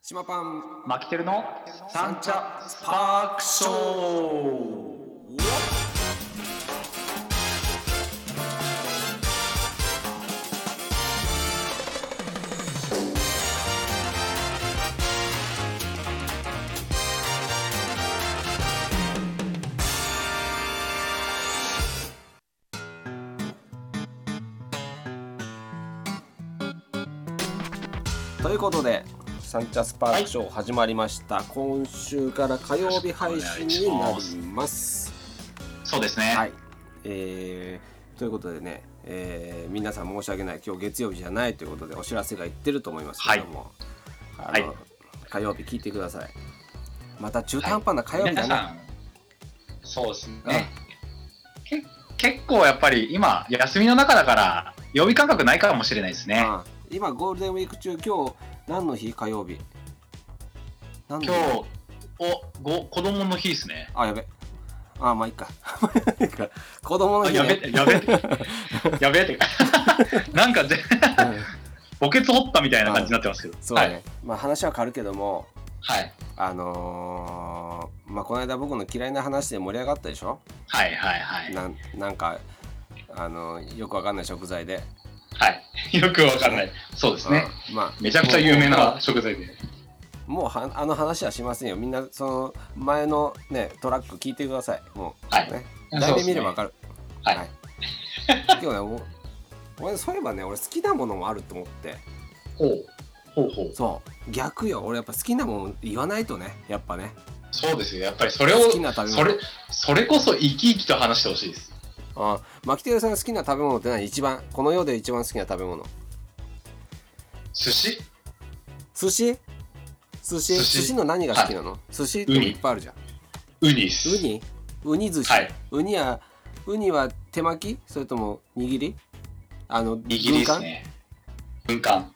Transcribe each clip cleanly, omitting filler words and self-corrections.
島パンマキテルのサンチャスパークショー。 ということでサンチャスパークショー始まりました、はい、今週から火曜日配信になります。 そうですね、 はい、ということでね、皆さん申し訳ない、今日月曜日じゃないということでお知らせがいってると思いますけども、はい、火曜日聞いてください。また中途半端な火曜日だね、はい、 そうですね、結構やっぱり今休みの中だから曜日感覚ないかもしれないですね。 今ゴールデンウィーク中、今日何の日？火曜日。 今日子供の日ですね。 あ、やべ。まあいいか。子供の日、ね。 やべってなんか墓穴掘ったみたいな感じになってますけど。 そうね。はい、まあ話は変わるけども、 はい。 まあこの間僕の嫌いな話で盛り上がったでしょ。 はいはいはい。 なんかよくわかんない食材で。 はい、よくわかんない。そうですね。まあ、めちゃくちゃ有名な食材で。 もう話はしませんよ。みんなその前のねトラック聞いてください。もう、 はい、 ね。題名見ればわかる。 はい。 今日ね、俺そういえばね、俺好きなものもあると思って。 ほう。 そう逆よ。俺やっぱ好きなもの言わないとね、やっぱね。 そうですよ。やっぱりそれを好きな食べ物。 それこそ生き生きと話してほしいです。 マキテルさんが好きな食べ物って何？この世で一番好きな食べ物。寿司の何が好きなの？寿司っていっぱいあるじゃん。 ウニです。 ウニ寿司、はい、ウニは手巻き？それとも握り？ 握りですね。軍艦。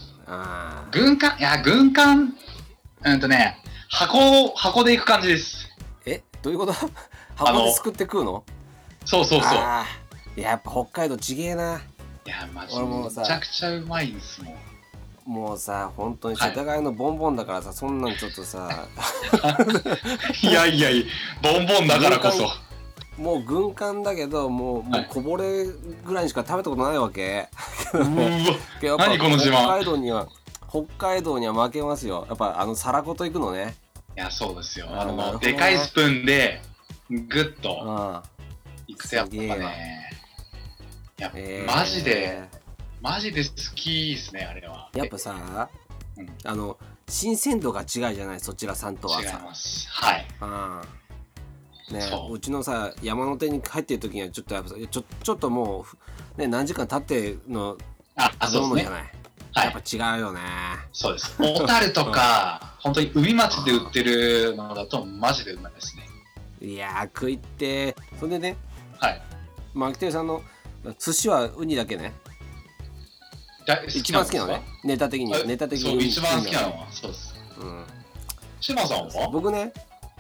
箱でいく感じです。 どういうこと？箱ですくって食うの？ そう。 やっぱ北海道ちげえな。 いやマジでめちゃくちゃうまいんですもん。 もうさ、本当に世田谷のボンボンだからさ、そんなんちょっとさいやボンボンだからこそもう軍艦だけどもうこぼれぐらいにしか食べたことないわけ。 何この自慢。 北海道には負けますよ。やっぱ皿ごといくのね。 いやそうですよ。でかいスプーンでグッといくとやっぱね、マジで好きですね、あれは。 やっぱさ、新鮮度が違うじゃない、そちらさんとはさ。 違います。はい。 ね、うちのさ山手に帰ってる時にはちょっとやっぱちょっともうね何時間経っての食べ物じゃない。やっぱ違うよね。 そうです。小樽とか本当に海町で売ってるのだとマジでうまいですね。 いや食いってそれでね。 はい。 マキテルさんの寿司はウニだけね。一番好きなのね。ネタ的にそう一番好きなのはそうです。島さんは？ 僕ね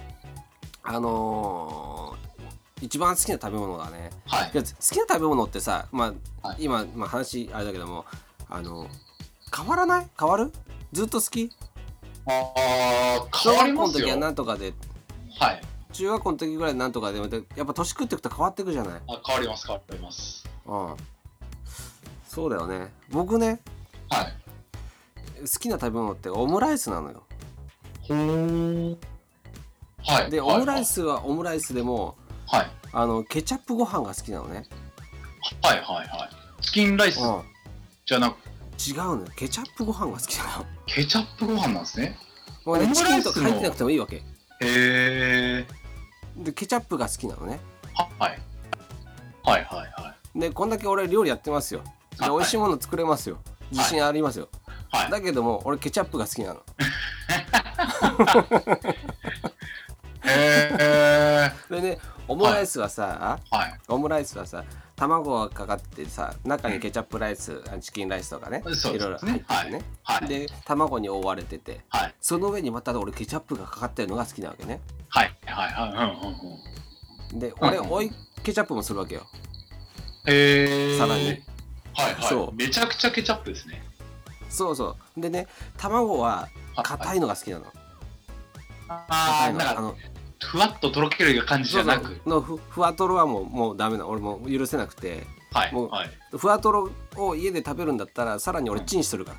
一番好きな食べ物がね、好きな食べ物ってさ、今、話あれだけども変わらない？変わる？ずっと好き？ 変わりますよ。小学校の時はなんとかで、中学校の時ぐらいなんとかで、やっぱ年食っていくと変わっていくじゃない。 変わります。 そうだよね。僕ね、好きな食べ物ってオムライスなのよ。でオムライスはオムライスでも、ケチャップご飯が好きなのね。チキンライスじゃなく違うのよ。ケチャップご飯が好きなの。 ケチャップご飯なんですね。 チキンとか入ってなくてもいいわけ。 へえ。 でケチャップが好きなのね。でこんだけ俺料理やってますよ。で美味しいもの作れますよ。自信ありますよ。だけども俺ケチャップが好きなの。でねオムライスはさ、卵がかかってさ、中にケチャップライス、チキンライスとかね、いろいろ入っててね。で卵に覆われてて、その上にまた俺ケチャップがかかってるのが好きなわけね。で俺ケチャップもするわけよ。さらに。 めちゃくちゃケチャップですね。 そうでね卵は硬いのが好きなの。 硬いのがふわっととろける感じじゃなく、 ふわとろはもうダメな、俺も許せなくて、もうふわとろを家で食べるんだったらさらに俺チンしとるから、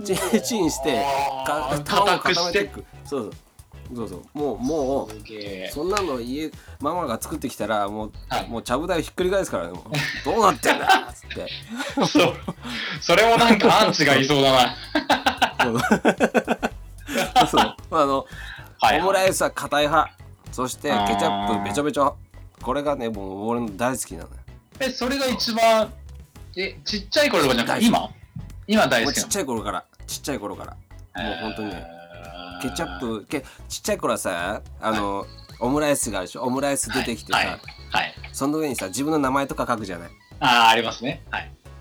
チンして硬くしていく。 そうもうそんなのママが作ってきたらもうちゃぶ台ひっくり返すからね、もうどうなってんだっつってそれもなんかアンチがいそうだな。 オムライスは硬い派、そしてケチャップべちょべちょ、これがねもう俺の大好きなのよ。 それが一番ちっちゃい頃とかじゃなくて今大好きなの？ ちっちゃい頃からもう本当にね、ケチャップちっちゃい頃はさ、オムライスがあるでしょ。オムライス出てきてさ、その上にさ自分の名前とか書くじゃない。 ありますね。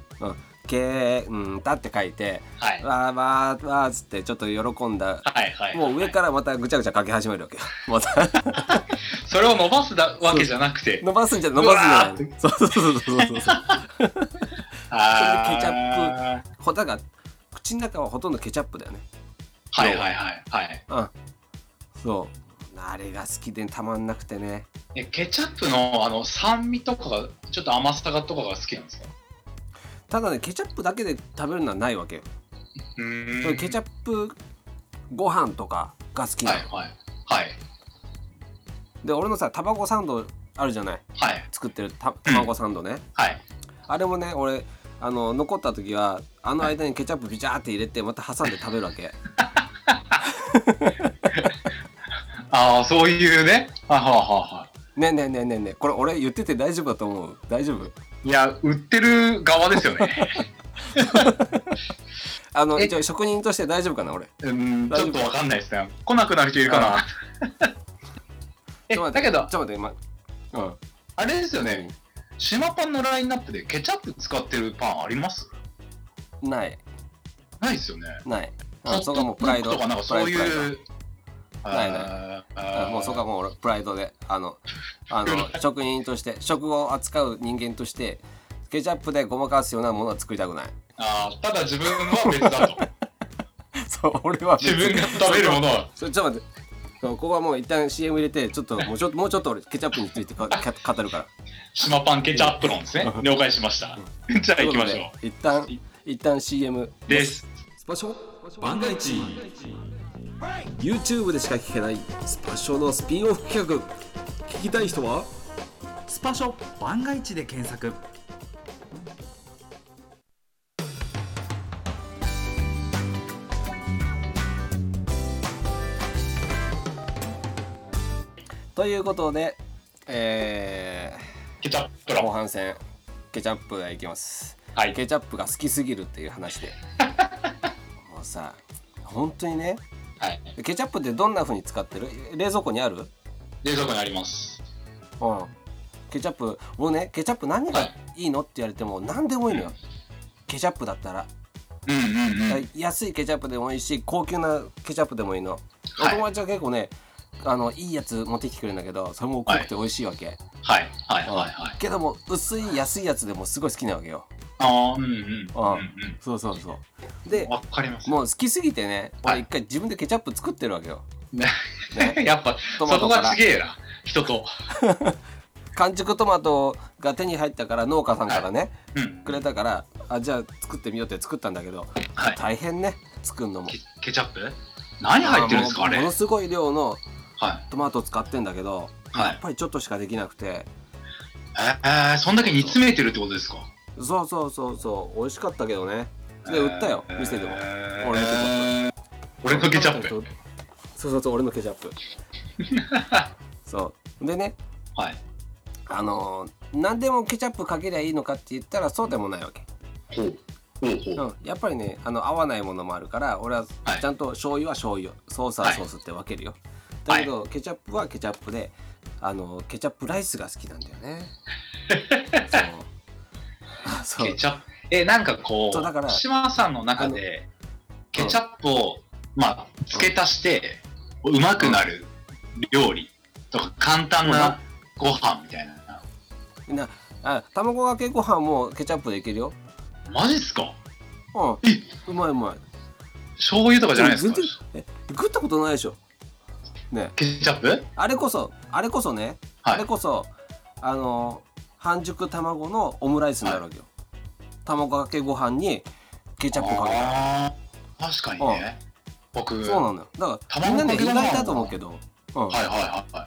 だって書いて、わーっつってちょっと喜んだ、もう上からまたぐちゃぐちゃ書き始めるわけよ。またそれを伸ばすわけじゃなくて、 伸ばすんじゃない。そう。それでケチャップ、だから口の中はほとんどケチャップだよね。そう、あれが好きでたまんなくてね。 ケチャップの酸味とかがちょっと甘さとかが好きなんですか？ ただね、ケチャップだけで食べるのはないわけよ。ケチャップご飯とかが好きなの。で、俺のさ、卵サンドあるじゃない。作ってる卵サンドね。あれもね、俺残った時は間にケチャップビチャーって入れてまた挟んで食べるわけ。 そういうね。 ね、これ俺言ってて大丈夫だと思う？大丈夫？ いや、売ってる側ですよね。 一応職人として大丈夫かな、俺。 ちょっとわかんないですね。来なくなる人いるかな。だけど、 ちょっと待って、今。 あれですよね。島パンのラインナップでケチャップ使ってるパンあります？ ないですよね。 ない。そこはもうプライドとかなんかそういう。 ない。もうそこはもう俺プライドで職人として食を扱う人間としてケチャップでごまかすようなものは作りたくない。 ただ自分は別だと。 そう、俺は自分が食べるものは。 ちょっと待って、ここはもう一旦 CM 入れて、もうちょっと俺ケチャップについて語るから。 島パンケチャップ論ですね。了解しました。じゃあ行きましょう。一旦 CM です。 スパショ万が一 YouTube でしか聞けないスパショのスピンオフ企画、聞きたい人はスパショ万が一で検索。 ということで、 ケチャップ論後半戦ケチャップがいきます。ケチャップが好きすぎるっていう話でもうさ、本当にね、ケチャップってどんな風に使ってる？冷蔵庫にある？ 冷蔵庫にあります。 ケチャップ、俺ね、ケチャップ何がいいのって言われても何でもいいのよ。ケチャップだったら、安いケチャップでもいいし、高級なケチャップでもいいの。お友達は結構ね、いいやつ持ってきてくれるんだけど、それも濃くて美味しいわけ。けども薄い安いやつでもすごい好きなわけよ。そうで、もう好きすぎてね、俺一回自分でケチャップ作ってるわけよ。 やっぱそこが違えな、人と。 完熟トマトが手に入ったから農家さんからね、くれたから、じゃあ作ってみようって作ったんだけど、大変ね、作るのも。 ケチャップ何入ってるんですか？あれものすごい量のトマトを使ってんだけど、やっぱりちょっとしかできなくて。 そんだけ煮詰めてるってことですか？ そう美味しかったけどね。で売ったよ、店でも。 俺のケチャップ。 そう俺のケチャップ。そうでね、何でもケチャップかけりゃいいのかって言ったらそうでもないわけ。やっぱりね、合わないものもあるから、俺はちゃんと醤油は醤油、ソースはソースって分けるよ。だけどケチャップはケチャップで、ケチャップライスが好きなんだよね。 そうケチャップ、なんかこう、島さんの中でケチャップを付け足してうまくなる料理とか簡単なご飯みたいな。 卵かけご飯もケチャップでいけるよ。 マジっすか？ うまい。 醤油とかじゃないですか。 食ったことないでしょね。 ケチャップ？ あれこそね、はい、あれこそ半熟卵のオムライスになるわけよ、はい、卵かけご飯にケチャップかけた。 確かにね、僕そうなんだよ。だからみんなね意外だと思うけど、 はいはいはい、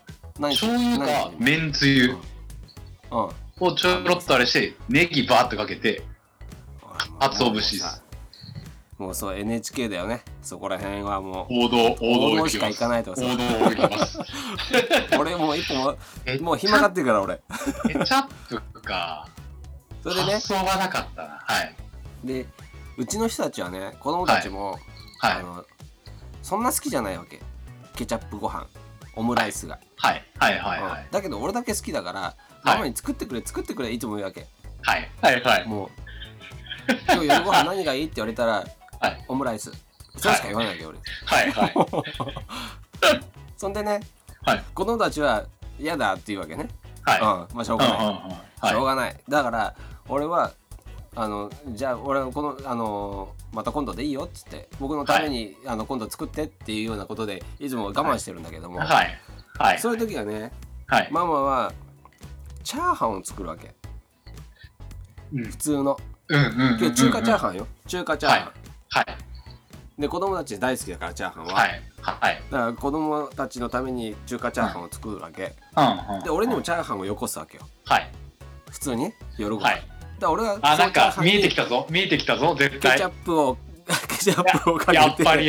醤油かめんつゆをちょろっとあれしてネギバーってかけて鰹節です。 もうそう NHK だよね。そこら辺はもう王道しか行かないとかさ。 王道を行きます。 俺もう一歩もう暇かってるから俺。 ケチャップか。それでね。発想がなかったな。はい。 でうちの人たちはね、子供たちも、はい、そんな好きじゃないわけ。ケチャップご飯、オムライスが。 はいはいはいはい。 だけど俺だけ好きだから、ママに作ってくれいつも言うわけ。 はいはいはい。 もう今日夜ご飯何がいいって言われたら。はい、オムライスそれしか言わないけど俺。 はいはい。 そんでね、 はい、 子供たちは嫌だって言うわけね。 はい。 まあしょうがない。しょうがない。だから俺はじゃあ俺はこのまた今度でいいよっつって僕のために、はい、今度作ってっていうようなことでいつも我慢してるんだけども、 はいはい、 そういう時はね、 はい、 ママはチャーハンを作るわけ、 うん、 普通の、今日中華チャーハンよ。中華チャーハン、 はい、 で子供たち大好きだからチャーハンは、 はいはい、 だから子供たちのために中華チャーハンを作るわけ、で俺にもチャーハンをよこすわけよ、 はい、 普通に夜ご飯、はい、だ俺はなんか見えてきたぞ絶対ケチャップをかけてやっぱり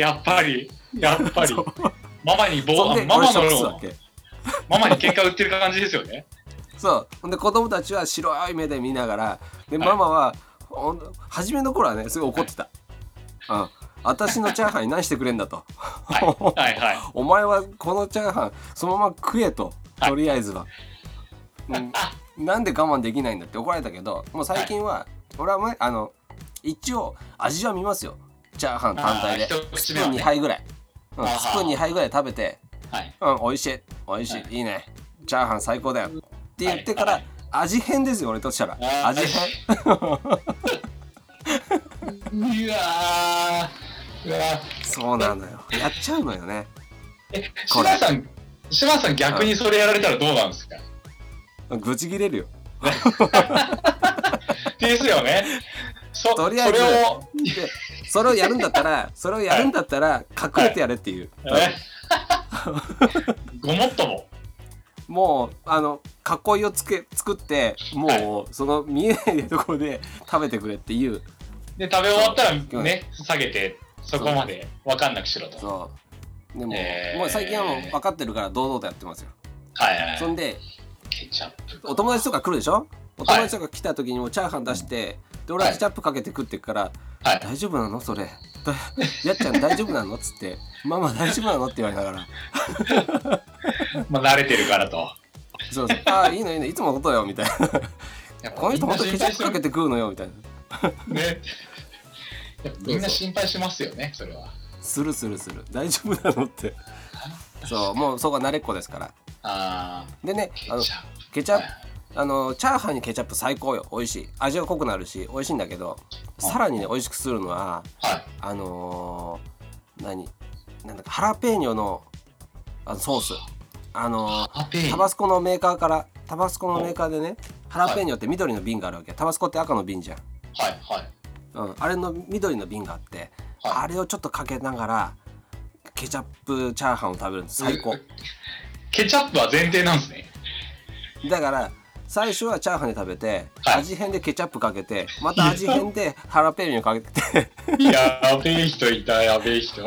ママにママに喧嘩売ってる感じですよね。 そうで子供たちは白い目で見ながらで、ママは初めの頃はねすごい怒ってた、私のチャーハンに何してくれんだと、 はいはいはい、 お前はこのチャーハンそのまま食えと、とりあえずは、なんで我慢できないんだって怒られたけど、もう最近は俺はね一応味は見ますよ。チャーハン単体でスプーン2杯ぐらい、スプーン2杯ぐらい食べて、美味しい、いいね、チャーハン最高だよって言ってから、味変ですよ俺としたら。味変うわそうなのよ、やっちゃうのよね。 島さん逆にそれやられたらどうなんですか？ 愚痴切れるよですよね。 とりあえずそれをやるんだったら隠れてやれっていう、 ごもっとももう囲いを作ってもうその見えないところで食べてくれっていうで、食べ終わったらね下げてそこまで分かんなくしろと。 そうでも、もう最近はもう分かってるから堂々とやってますよ。そんでケチャップお友達とか来るでしょ。お友達とか来た時にもチャーハン出して、で俺はケチャップかけて食ってくから、大丈夫なのそれやっちゃん大丈夫なのっつってママ大丈夫なのって言われながらまあ慣れてるからと。 そういいのいつものことよみたいなこの人本当ケチャップかけて食うのよみたいなね。みんな心配しますよねそれは。 する大丈夫なのってそうもうそこは慣れっこですから。でねケチャップチャーハンにケチャップ最高よ。美味しい、味が濃くなるし美味しいんだけど、さらにね美味しくするのは、なんだかハラペーニョのソース、タバスコのメーカーでね、ハラペーニョって緑の瓶があるわけ。タバスコって赤の瓶じゃん。あれの緑の瓶があって、あれをちょっとかけながらケチャップチャーハンを食べるんです。最高。 ケチャップは前提なんですね。 だから最初はチャーハンで食べて、味変でケチャップかけて、また味変でハラペーニョかけてやべえ人いた。やべえや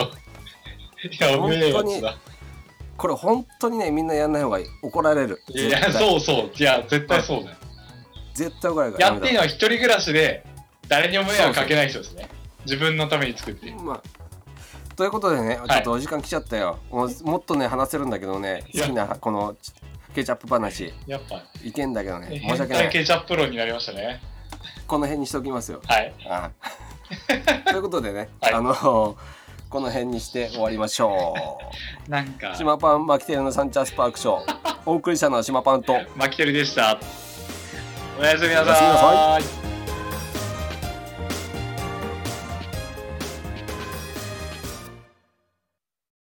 つだ。 これ本当にねみんなやんない方がいい。怒られる。 いやそういや絶対そうだよ。 絶対怒られるから。 やっていいのは一人暮らしで誰にも迷惑かけない人ですね。自分のために作ってということでね、ちょっとお時間来ちゃったよ。もっとね話せるんだけどね、好きなこのケチャップ話やっぱいけんだけどね、 申し訳ない。ケチャップ論になりましたね。 この辺にしておきますよ。ということでね、この辺にして終わりましょう。 なんか島パンマキテルのサンチャースパークショー、お送りしたのは島パンとマキテルでした。おやすみなさい。